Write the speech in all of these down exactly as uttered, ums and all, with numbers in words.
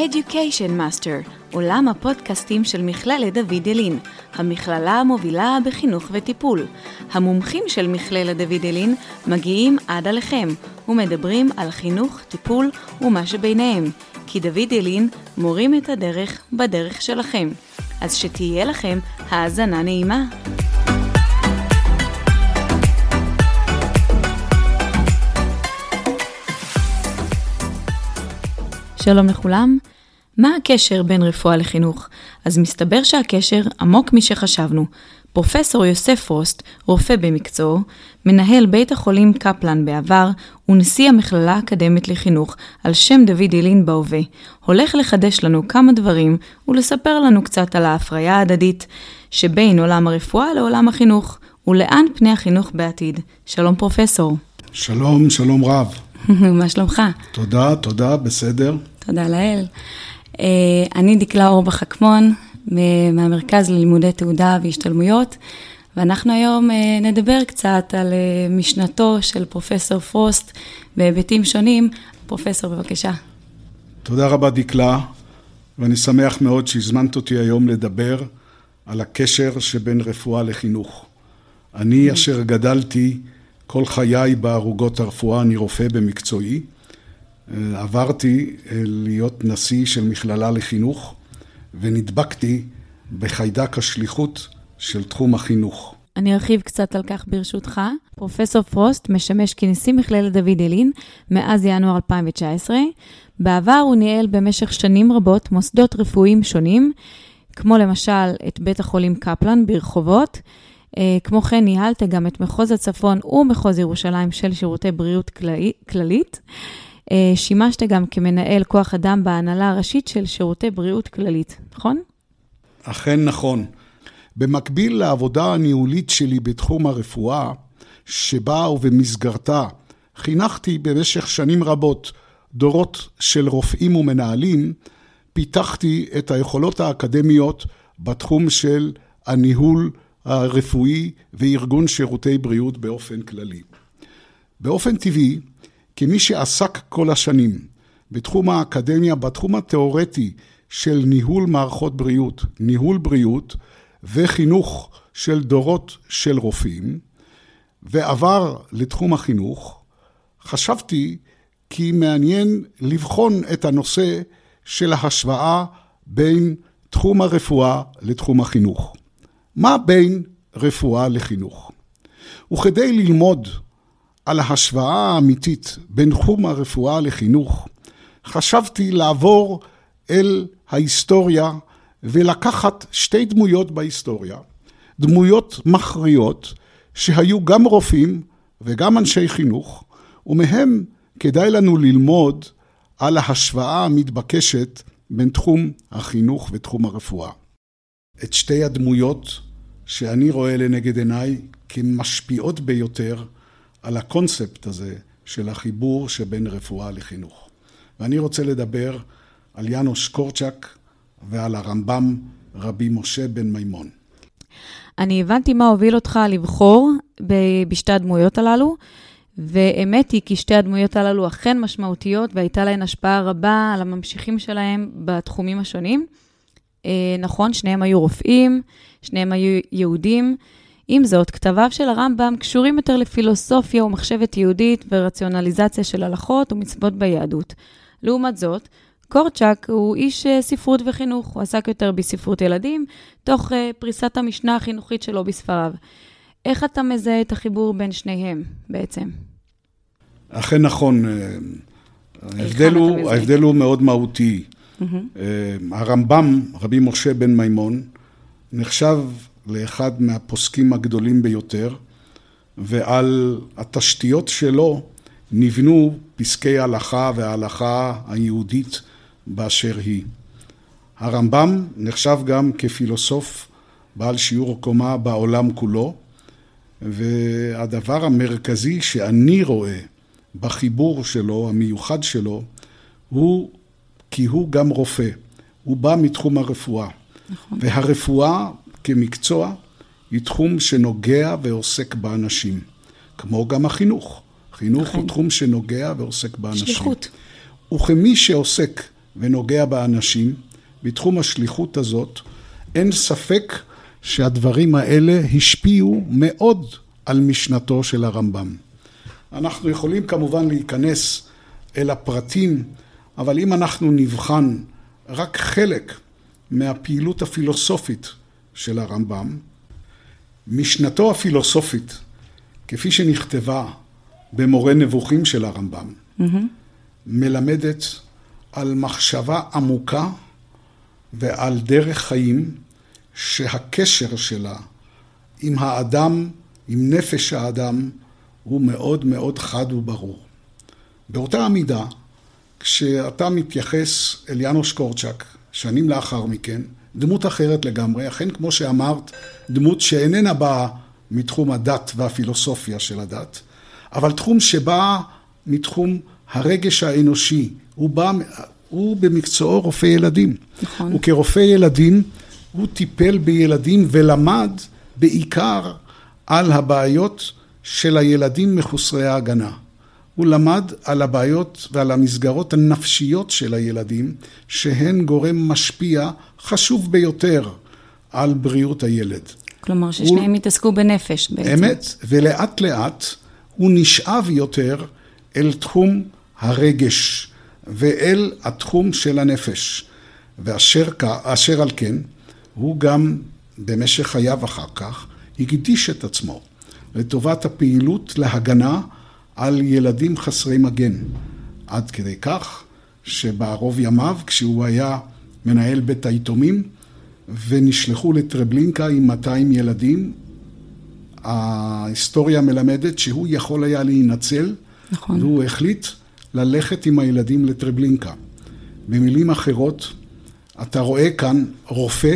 Education Master, עולם הפודקאסטים של מכללת דוד ילין, המכללה המובילה בחינוך וטיפול. המומחים של מכללת דוד ילין מגיעים עד עליכם ומדברים על חינוך, טיפול ומה שביניהם, כי דוד ילין מורים את הדרך בדרך שלכם. אז שתהיה לכם האזנה נעימה. שלום לכולם. מה הקשר בין רפואה לחינוך? אז מסתבר שהקשר עמוק משחשבנו. פרופסור יוסף פרוסט, רופא במקצועו, מנהל בית החולים קפלן בעבר ונשיא המכללה האקדמית לחינוך על שם דוד ילין בהווה, הולך לחדש לנו כמה דברים ולספר לנו קצת על ההפריה ההדדית שבין עולם הרפואה לעולם החינוך ולאן פני החינוך בעתיד. שלום פרופסור. שלום, שלום רב. מה שלומך? תודה, תודה, בסדר. תודה לאל. אני דקלה אורבך חכמון, מהמרכז ללימודי תעודה והשתלמויות, ואנחנו היום נדבר קצת על משנתו של פרופסור פרוסט בהיבטים שונים. פרופסור, בבקשה. תודה רבה דקלה, ואני שמח מאוד שהזמנת אותי היום לדבר על הקשר שבין רפואה לחינוך. אני אשר גדלתי כל חיי בערוגות הרפואה, אני רופא במקצועי, עברתי להיות נשיא של מכללה לחינוך, ונדבקתי בחיידק השליחות של תחום החינוך. אני ארחיב קצת על כך ברשותך. פרופסור פרוסט משמש כנשיא מכללת דוד ילין מאז ינואר אלפיים תשע עשרה. בעבר הוא ניהל במשך שנים רבות מוסדות רפואיים שונים, כמו למשל את בית החולים קפלן ברחובות. כמו כן ניהלת גם את מחוז הצפון ומחוז ירושלים של שירותי בריאות כללית. שימשת גם כמנהל כוח אדם בהנהלה הראשית של שירותי בריאות כללית, נכון? אכן נכון. במקביל לעבודה הניהולית שלי בתחום הרפואה, שבה ובמסגרתה חינכתי במשך שנים רבות דורות של רופאים ומנהלים, פיתחתי את היכולות האקדמיות בתחום של הניהול הרפואי וארגון שירותי בריאות באופן כללי. באופן טבעי, כמי שעסק כל השנים בתחום האקדמיה, בתחום התיאורטי של ניהול מערכות בריאות, ניהול בריאות וחינוך של דורות של רופאים, ועבר לתחום החינוך, חשבתי כי מעניין לבחון את הנושא של ההשוואה בין תחום הרפואה לתחום החינוך. מה בין רפואה לחינוך? וכדי ללמוד על ההשוואה האמיתית בין תחום הרפואה לחינוך, חשבתי לעבור אל ההיסטוריה ולקחת שתי דמויות בהיסטוריה, דמויות מכריעות שהיו גם רופאים וגם אנשי חינוך, ומהם כדאי לנו ללמוד על ההשוואה המתבקשת בין תחום החינוך ותחום הרפואה. את שתי הדמויות שאני רואה לנגד עיניי כמשפיעות ביותר על הקונספט הזה של החיבור שבין רפואה לחינוך. ואני רוצה לדבר על יאנוש קורצ'אק ועל הרמב"ם רבי משה בן מימון. אני הבנתי מה הוביל אותך לבחור בשתי הדמויות הללו, ואמת היא כי שתי הדמויות הללו אכן משמעותיות, והייתה להן השפעה רבה על הממשיכים שלהם בתחומים השונים. נכון, שניהם היו רופאים, שניהם היו יהודים. עם זאת, כתביו של הרמב"ם קשורים יותר לפילוסופיה ומחשבת יהודית ורציונליזציה של הלכות ומצוות ביהדות. לעומת זאת, קורצ'אק הוא איש ספרות וחינוך, הוא עסק יותר בספרות ילדים, תוך פריסת המשנה החינוכית שלו בספריו. איך אתה מזהה את החיבור בין שניהם בעצם? אכן נכון, ההבדל הוא, ההבדל הוא מאוד מהותי. Mm-hmm. הרמב"ם, רבי משה בן מימון, נחשב לאחד מהפוסקים הגדולים ביותר, ועל התשתיות שלו נבנו פסקי הלכה וההלכה היהודית באשר היא. הרמב"ם נחשב גם כפילוסוף בעל שיעור קומה בעולם כולו, והדבר המרכזי שאני רואה בחיבור שלו, המיוחד שלו, הוא כי הוא גם רופא. הוא בא מתחום הרפואה. נכון. והרפואה כמקצוע היא תחום שנוגע ועוסק באנשים, כמו גם החינוך. חינוך נכון. הוא תחום שנוגע ועוסק באנשים. שליחות. וכמי שעוסק ונוגע באנשים, בתחום השליחות הזאת, אין ספק שהדברים האלה השפיעו מאוד על משנתו של הרמב"ם. אנחנו יכולים כמובן להיכנס אל הפרטים, אבל אם אנחנו נבחן רק חלק מהפעילות הפילוסופית של הרמב"ם, משנתו הפילוסופית, כפי שנכתבה במורה נבוכים של הרמב"ם, mm-hmm. מלמדת על מחשבה עמוקה ועל דרך חיים שהקשר שלה עם האדם, עם נפש האדם, הוא מאוד מאוד חד וברור. באותה המידה, כשאתה מתייחס אל יאנוש קורצ'אק, שנים לאחר מכן, דמות אחרת לגמרי, אכן כמו שאמרת, דמות שאיננה באה מתחום הדת והפילוסופיה של הדת, אבל תחום שבא מתחום הרגש האנושי, הוא בא, הוא במקצועו רופא ילדים. נכון. וכרופא ילדים, הוא טיפל בילדים ולמד בעיקר על הבעיות של הילדים מחוסרי ההגנה. הוא למד על הבעיות ועל המסגרות הנפשיות של הילדים, שהן גורם משפיע חשוב ביותר על בריאות הילד. כלומר ששניהם הוא... התעסקו בנפש בעצם. אמת, ולאט לאט הוא נשאב יותר אל תחום הרגש ואל התחום של הנפש. ואשר אשר על כן, הוא גם במשך חייו אחר כך הקדיש את עצמו לטובת הפעילות להגנה על ילדים חסרי מגן. עד כדי כך שבערוב ימיו, כשהוא היה מנהל בית היתומים, ונשלחו לטרבלינקה עם מאתיים ילדים, ההיסטוריה מלמדת שהוא יכול היה להינצל, נכון. והוא החליט ללכת עם הילדים לטרבלינקה. במילים אחרות, אתה רואה כאן רופא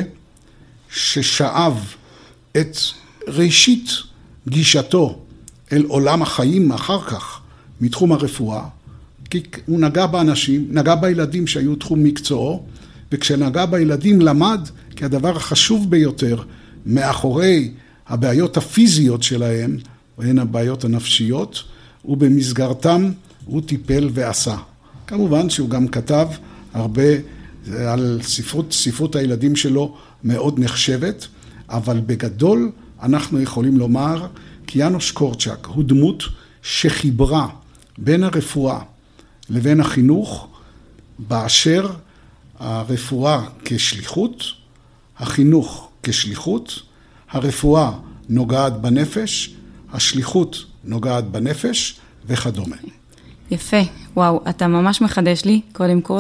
ששאב את ראשית גישתו אל עולם החיים אחר כך מתחום הרפואה, כי הוא נגע באנשים, נגע בילדים שהיו תחום מקצועו, וכשנגע בילדים למד כי הדבר החשוב ביותר מאחורי הבעיות הפיזיות שלהם, והן הבעיות הנפשיות, ובמסגרתם הוא טיפל ועשה. כמובן שהוא גם כתב הרבה על ספרות, ספרות הילדים שלו מאוד נחשבת, אבל בגדול אנחנו יכולים לומר כי יאנוש קורצ'אק הוא דמות שחיברה בין הרפואה לבין החינוך, באשר הרפואה כשליחות, החינוך כשליחות, הרפואה נוגעת בנפש, השליחות נוגעת בנפש וכדומה. יפה, וואו, אתה ממש מחדש לי קודם כל,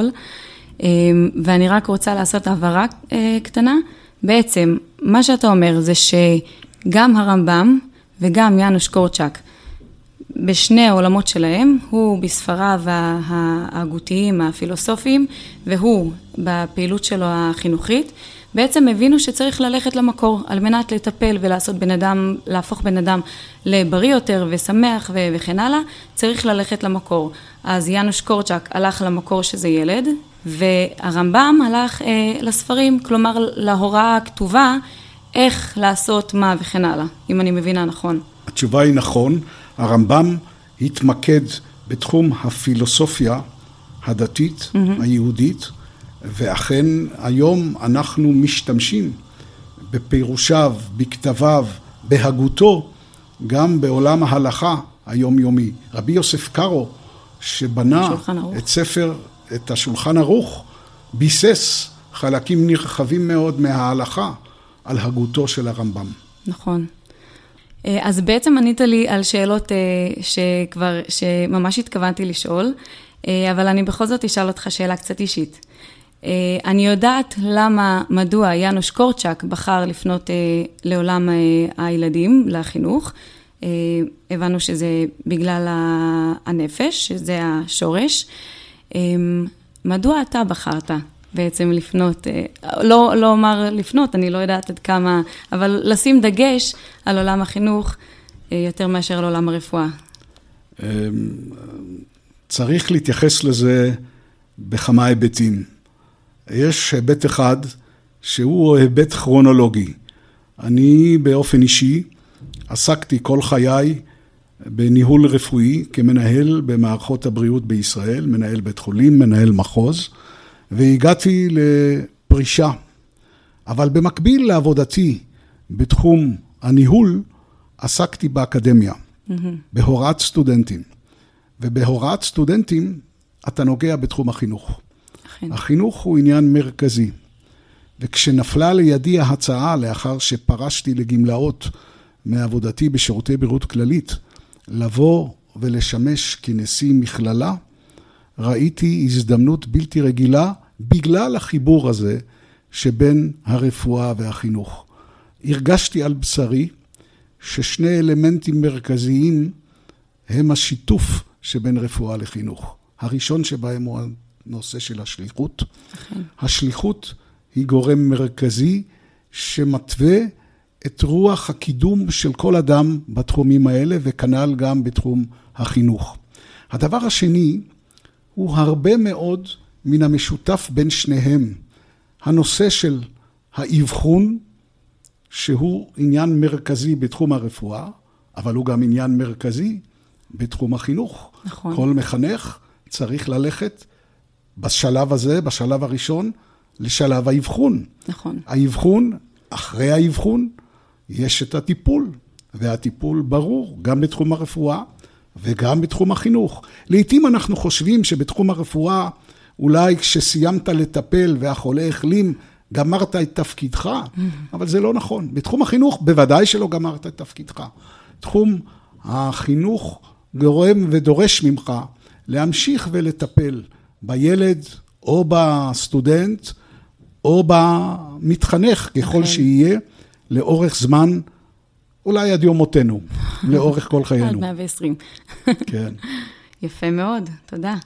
ואני רק רוצה לעשות הבהרה קטנה. בעצם מה שאתה אומר זה שגם הרמב"ם וגם יאנוש קורצ'אק, בשני העולמות שלהם, הוא בספריו ההגותיים, הפילוסופיים, והוא בפעילות שלו החינוכית, בעצם הבינו שצריך ללכת למקור, על מנת לטפל ולעשות בן אדם, להפוך בן אדם לבריא יותר ושמח וכן הלאה, צריך ללכת למקור. אז יאנוש קורצ'אק הלך למקור שזה ילד, והרמב"ם הלך אה, לספרים, כלומר להוראה הכתובה, איך לעשות מה וכן הלאה, אם אני מבינה נכון. התשובה היא נכון, הרמב"ם התמקד בתחום הפילוסופיה הדתית, mm-hmm. היהודית, ואכן היום אנחנו משתמשים בפירושיו, בכתביו, בהגותו, גם בעולם ההלכה היומיומי. רבי יוסף קארו, שבנה את ספר, את השולחן ערוך, ביסס חלקים נרחבים מאוד מההלכה על הגותו של הרמב"ם. נכון. אז בעצם ענית לי על שאלות שכבר, שממש התכוונתי לשאול, אבל אני בכל זאת אשאל אותך שאלה קצת אישית. אני יודעת למה, מדוע יאנוש קורצ'אק בחר לפנות לעולם הילדים, לחינוך. הבנו שזה בגלל הנפש, שזה השורש. מדוע אתה בחרת בעצם לפנות, לא, לא אומר לפנות, אני לא יודעת עד כמה, אבל לשים דגש על עולם החינוך יותר מאשר על עולם הרפואה? צריך להתייחס לזה בכמה היבטים. יש היבט אחד שהוא היבט כרונולוגי. אני באופן אישי עסקתי כל חיי בניהול רפואי כמנהל במערכות הבריאות בישראל, מנהל בית חולים, מנהל מחוז, והגעתי לפרישה. אבל במקביל לעבודתי בתחום הניהול, עסקתי באקדמיה, mm-hmm. בהוראת סטודנטים. ובהוראת סטודנטים אתה נוגע בתחום החינוך. Okay. החינוך הוא עניין מרכזי. וכשנפלה לידי ההצעה, לאחר שפרשתי לגמלאות מעבודתי בשירותי בריאות כללית, לבוא ולשמש כנשיא מכללה, ראיתי הזדמנות בלתי רגילה בגלל החיבור הזה שבין הרפואה והחינוך. הרגשתי על בשרי ששני אלמנטים מרכזיים הם השיתוף שבין רפואה לחינוך. הראשון שבהם הוא הנושא של השליחות. Okay. השליחות היא גורם מרכזי שמתווה את רוח הקידום של כל אדם בתחומים האלה, וכנ"ל גם בתחום החינוך. הדבר השני הוא הרבה מאוד מן המשותף בין שניהם. הנושא של האבחון, שהוא עניין מרכזי בתחום הרפואה, אבל הוא גם עניין מרכזי בתחום החינוך. נכון. כל מחנך צריך ללכת בשלב הזה, בשלב הראשון, לשלב האבחון. נכון. האבחון, אחרי האבחון, יש את הטיפול, והטיפול ברור, גם בתחום הרפואה וגם בתחום החינוך. לעתים אנחנו חושבים שבתחום הרפואה, אולי כשסיימת לטפל והחולה החלים, גמרת את תפקידך, אבל זה לא נכון. בתחום החינוך, בוודאי שלא גמרת את תפקידך. תחום החינוך גורם ודורש ממך להמשיך ולטפל בילד או בסטודנט, או במתחנך, ככל שיהיה, לאורך זמן, אולי עד יום מותנו, לאורך כל חיינו. עד מאה ועשרים. כן. יפה מאוד, תודה.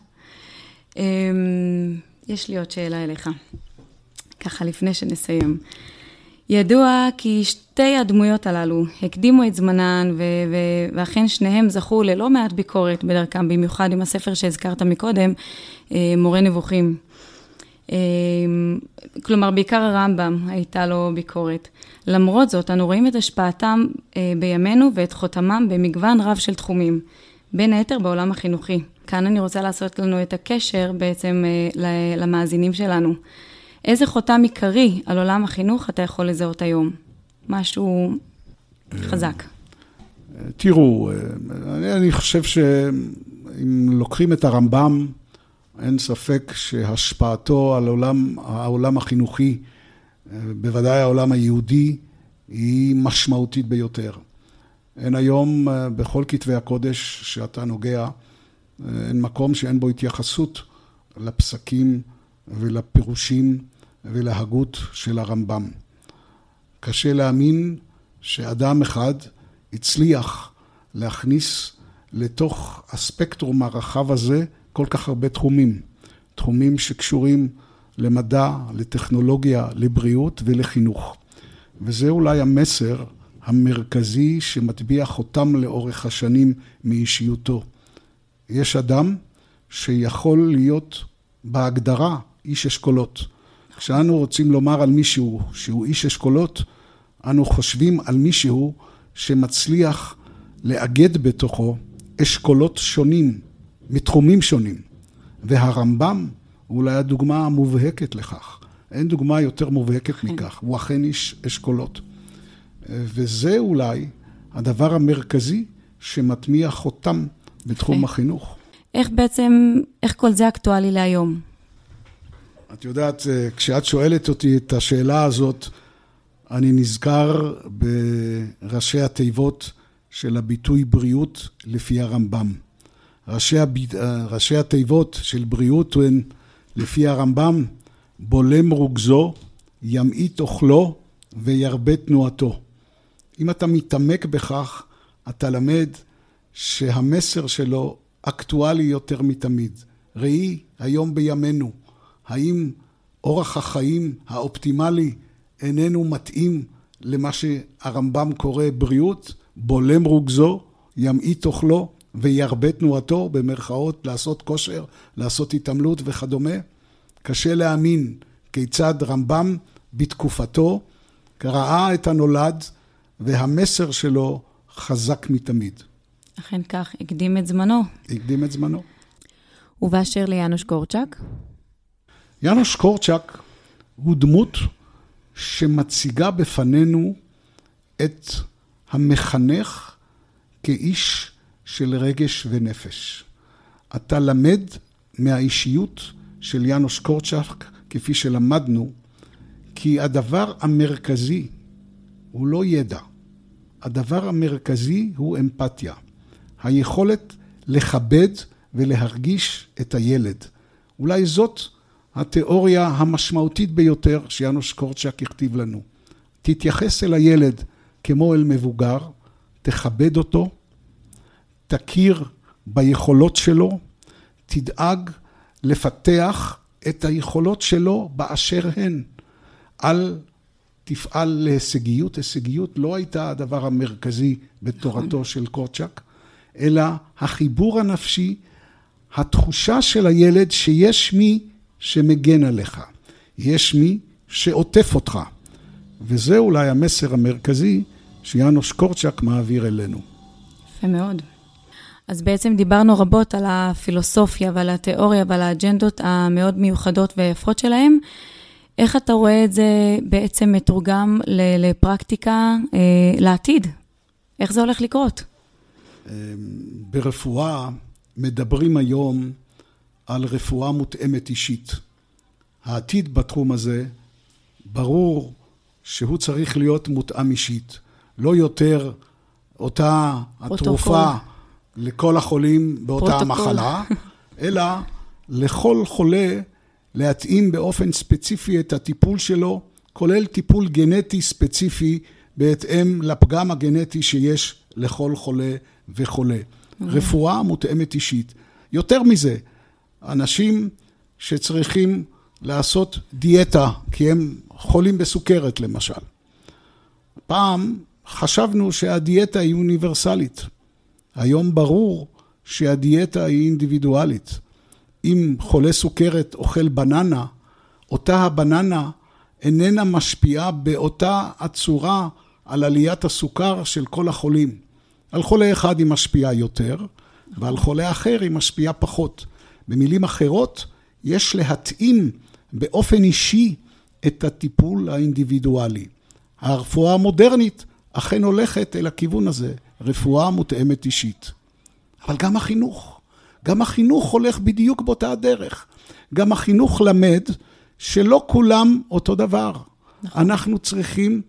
יש לי עוד שאלה אליך, ככה לפני שנסיים. ידוע כי שתי הדמויות הללו הקדימו את זמנן, ו- ו- ואכן שניהם זכו ללא מעט ביקורת בדרכם, במיוחד עם הספר שהזכרת מקודם, מורה נבוכים. כלומר, בעיקר הרמב"ם הייתה לו ביקורת. למרות זאת, אנו רואים את השפעתם בימינו ואת חותמם במגוון רב של תחומים, בין היתר בעולם החינוכי. כאן אני רוצה לעשות לנו את הקשר בעצם למאזינים שלנו. איזה חותם עיקרי על עולם החינוך אתה יכול לזהות היום? משהו חזק. תראו, אני חושב שאם לוקחים את הרמב"ם, אין ספק שהשפעתו על העולם, העולם החינוכי, בוודאי העולם היהודי, היא משמעותית ביותר. אין היום בכל כתבי הקודש שאתה נוגע, אין מקום שאין בו התייחסות לפסקים ולפירושים ולהגות של הרמב"ם. קשה להאמין שאדם אחד הצליח להכניס לתוך הספקטרום הרחב הזה כל כך הרבה תחומים. תחומים שקשורים למדע, לטכנולוגיה, לבריאות ולחינוך. וזה אולי המסר המרכזי שמטביע חותם לאורך השנים מאישיותו. יש אדם שיכול להיות בהגדרה איש אשכולות. כשאנו רוצים לומר על מישהו שהוא איש אשכולות, אנו חושבים על מישהו שמצליח לאגד בתוכו אשכולות שונים, מתחומים שונים. והרמב"ם הוא אולי הדוגמה המובהקת לכך. אין דוגמה יותר מובהקת מכך. הוא אכן איש אשכולות. וזה אולי הדבר המרכזי שמטמיע חותם בתחום החינוך. איך בעצם, איך כל זה אקטואלי להיום? את יודעת, כשאת שואלת אותי את השאלה הזאת, אני נזכר בראשי התיבות של הביטוי בריאות לפי הרמב"ם. ראשי, הב... ראשי התיבות של בריאות הן לפי הרמב"ם, בולם רוגזו, ימעיט אוכלו וירבה תנועתו. אם אתה מתעמק בכך, אתה למד שהמסר שלו אקטואלי יותר מתמיד. ראי היום בימינו, האם אורח החיים האופטימלי איננו מתאים למה שהרמב"ם קורא בריאות? בולם רוגזו, ימעיט אוכלו וירבה תנועתו, במרכאות לעשות כושר, לעשות התעמלות וכדומה. קשה להאמין כיצד רמב"ם בתקופתו ראה את הנולד והמסר שלו חזק מתמיד. אכן כך, הקדים את זמנו. הקדים את זמנו. ובאשר ליאנוש קורצ'אק? יאנוש קורצ'אק הוא דמות שמציגה בפנינו את המחנך כאיש של רגש ונפש. אתה למד מהאישיות של יאנוש קורצ'אק, כפי שלמדנו, כי הדבר המרכזי הוא לא ידע. הדבר המרכזי הוא אמפתיה. היכולת לכבד ולהרגיש את הילד. אולי זאת התיאוריה המשמעותית ביותר שיאנוש קורצ'אק הכתיב לנו. תתייחס אל הילד כמו אל מבוגר, תכבד אותו, תכיר ביכולות שלו, תדאג לפתח את היכולות שלו באשר הן. אל תפעל להישגיות. הישגיות לא הייתה הדבר המרכזי בתורתו של קורצ'אק, אלא החיבור הנפשי, התחושה של הילד שיש מי שמגן עליך, יש מי שעוטף אותך. וזה אולי המסר המרכזי שיאנוש קורצ'אק מעביר אלינו. יפה מאוד. אז בעצם דיברנו רבות על הפילוסופיה ועל התיאוריה ועל האג'נדות המאוד מיוחדות ויפות שלהם. איך אתה רואה את זה בעצם מתורגם לפרקטיקה לעתיד? איך זה הולך לקרות? ברפואה מדברים היום על רפואה מותאמת אישית. העתיד בתחום הזה ברור שהוא צריך להיות מותאם אישית. לא יותר אותה התרופה לכל החולים באותה המחלה, אלא לכל חולה להתאים באופן ספציפי את הטיפול שלו, כולל טיפול גנטי ספציפי בהתאם לפגם הגנטי שיש לכל חולה וחולה. רפואה מותאמת אישית. יותר מזה, אנשים שצריכים לעשות דיאטה, כי הם חולים בסוכרת למשל. פעם חשבנו שהדיאטה היא אוניברסלית. היום ברור שהדיאטה היא אינדיבידואלית. אם חולה סוכרת אוכל בננה, אותה הבננה איננה משפיעה באותה הצורה על עליית הסוכר של כל החולים. על חולה אחד היא משפיעה יותר, ועל חולה אחר היא משפיעה פחות. במילים אחרות, יש להתאים באופן אישי את הטיפול האינדיבידואלי. הרפואה המודרנית אכן הולכת אל הכיוון הזה, רפואה מותאמת אישית. אבל גם החינוך, גם החינוך הולך בדיוק באותה הדרך. גם החינוך למד שלא כולם אותו דבר. נכון. אנחנו צריכים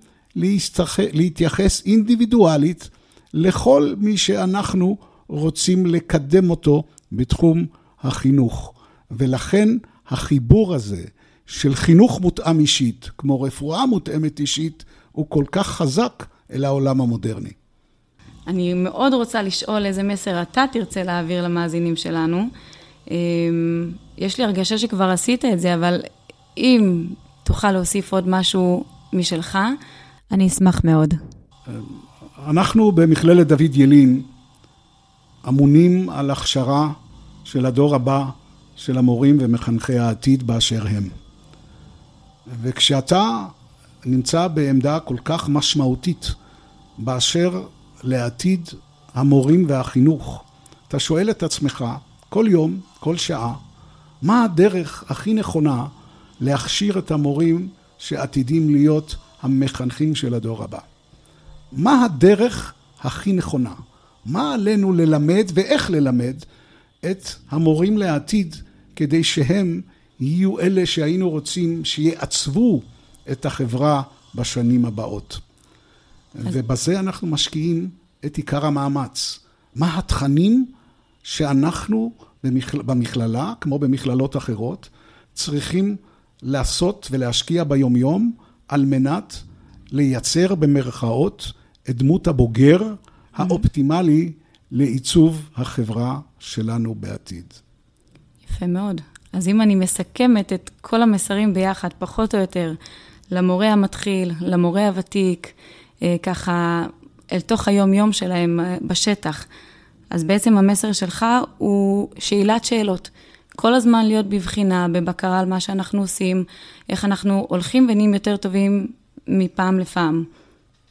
להתייחס אינדיבידואלית לכל מי שאנחנו רוצים לקדם אותו בתחום החינוך. ולכן החיבור הזה של חינוך מותאם אישית, כמו רפואה מותאמת אישית, הוא כל כך חזק אל העולם המודרני. אני מאוד רוצה לשאול איזה מסר אתה תרצה להעביר למאזינים שלנו. יש לי הרגשה שכבר עשית את זה, אבל אם תוכל להוסיף עוד משהו משלך, אני אשמח מאוד. אנחנו במכללת דוד ילין אמונים על הכשרה של הדור הבא של המורים ומחנכי העתיד באשר הם. וכשאתה נמצא בעמדה כל כך משמעותית באשר לעתיד המורים והחינוך, אתה שואל את עצמך כל יום, כל שעה, מה הדרך הכי נכונה להכשיר את המורים שעתידים להיות המחנכים של הדור הבא? מה הדרך הכי נכונה? מה עלינו ללמד ואיך ללמד את המורים לעתיד כדי שהם יהיו אלה שהיינו רוצים שיעצבו את החברה בשנים הבאות? אז... ובזה אנחנו משקיעים את עיקר המאמץ. מה התכנים שאנחנו במכל... במכללה, כמו במכללות אחרות, צריכים לעשות ולהשקיע ביומיום על מנת לייצר במרכאות את דמות הבוגר האופטימלי לעיצוב החברה שלנו בעתיד. יפה מאוד. אז אם אני מסכמת את כל המסרים ביחד, פחות או יותר, למורה המתחיל, למורה הוותיק, ככה אל תוך היום-יום שלהם בשטח, אז בעצם המסר שלך הוא שאלת שאלות. כל הזמן להיות בבחינה, בבקרה על מה שאנחנו עושים, איך אנחנו הולכים ונהיים יותר טובים מפעם לפעם.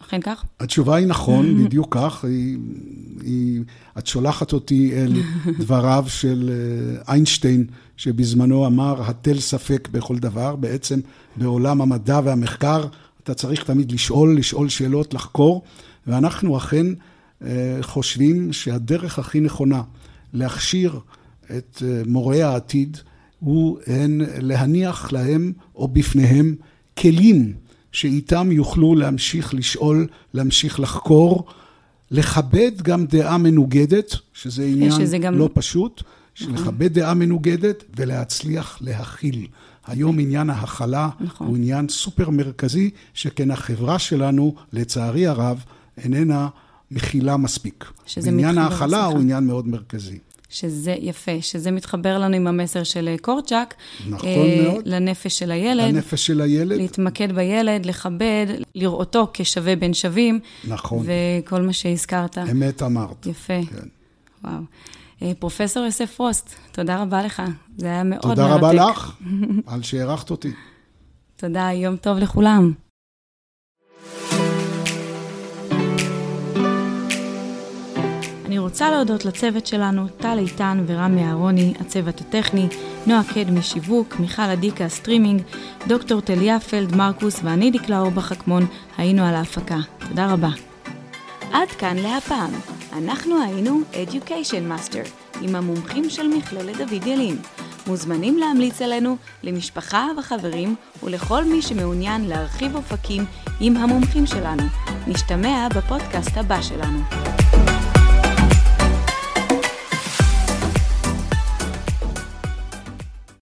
אכן כך? התשובה היא נכון, בדיוק כך. היא, היא, את שולחת אותי אל דבריו של איינשטיין, שבזמנו אמר, התל ספק בכל דבר. בעצם בעולם המדע והמחקר, אתה צריך תמיד לשאול, לשאול שאלות, לחקור, ואנחנו אכן חושבים שהדרך הכי נכונה להכשיר את מורי העתיד, הוא הן להניח להם או בפניהם כלים שאיתם יוכלו להמשיך לשאול, להמשיך לחקור, לכבד גם דעה מנוגדת, שזה עניין שזה גם... לא פשוט, לכבד דעה מנוגדת ולהצליח להכיל. היום עניין ההכלה נכון. הוא עניין סופר מרכזי, שכן החברה שלנו, לצערי הרב, איננה מכילה מספיק. עניין ההכלה הוא עניין מאוד מרכזי. שזה יפה, שזה מתחבר לנו עם המסר של קורצ'אק. נכון אה, מאוד. לנפש של הילד. לנפש של הילד. להתמקד בילד, לכבד, לראותו כשווה בין שווים. נכון. וכל מה שהזכרת. אמת אמרת. יפה. כן. וואו. אה, פרופסור יוסף פרוסט, תודה רבה לך. זה היה מאוד תודה מרתק. תודה רבה לך, על שהערכת אותי. תודה, יום טוב לכולם. אני רוצה להודות לצוות שלנו, טל איתן ורמי אהרוני, הצוות הטכני, נועה קדמי שיווק, מיכל אדיקה סטרימינג, דוקטור טליה פלד מרקוס ואני דקלה אורבך חכמון, היינו על ההפקה. תודה רבה. עד כאן להפעם. אנחנו היינו Education Master, עם המומחים של מכללת דוד ילין. מוזמנים להמליץ עלינו למשפחה וחברים ולכל מי שמעוניין להרחיב אופקים עם המומחים שלנו. נשתמע בפודקאסט הבא שלנו.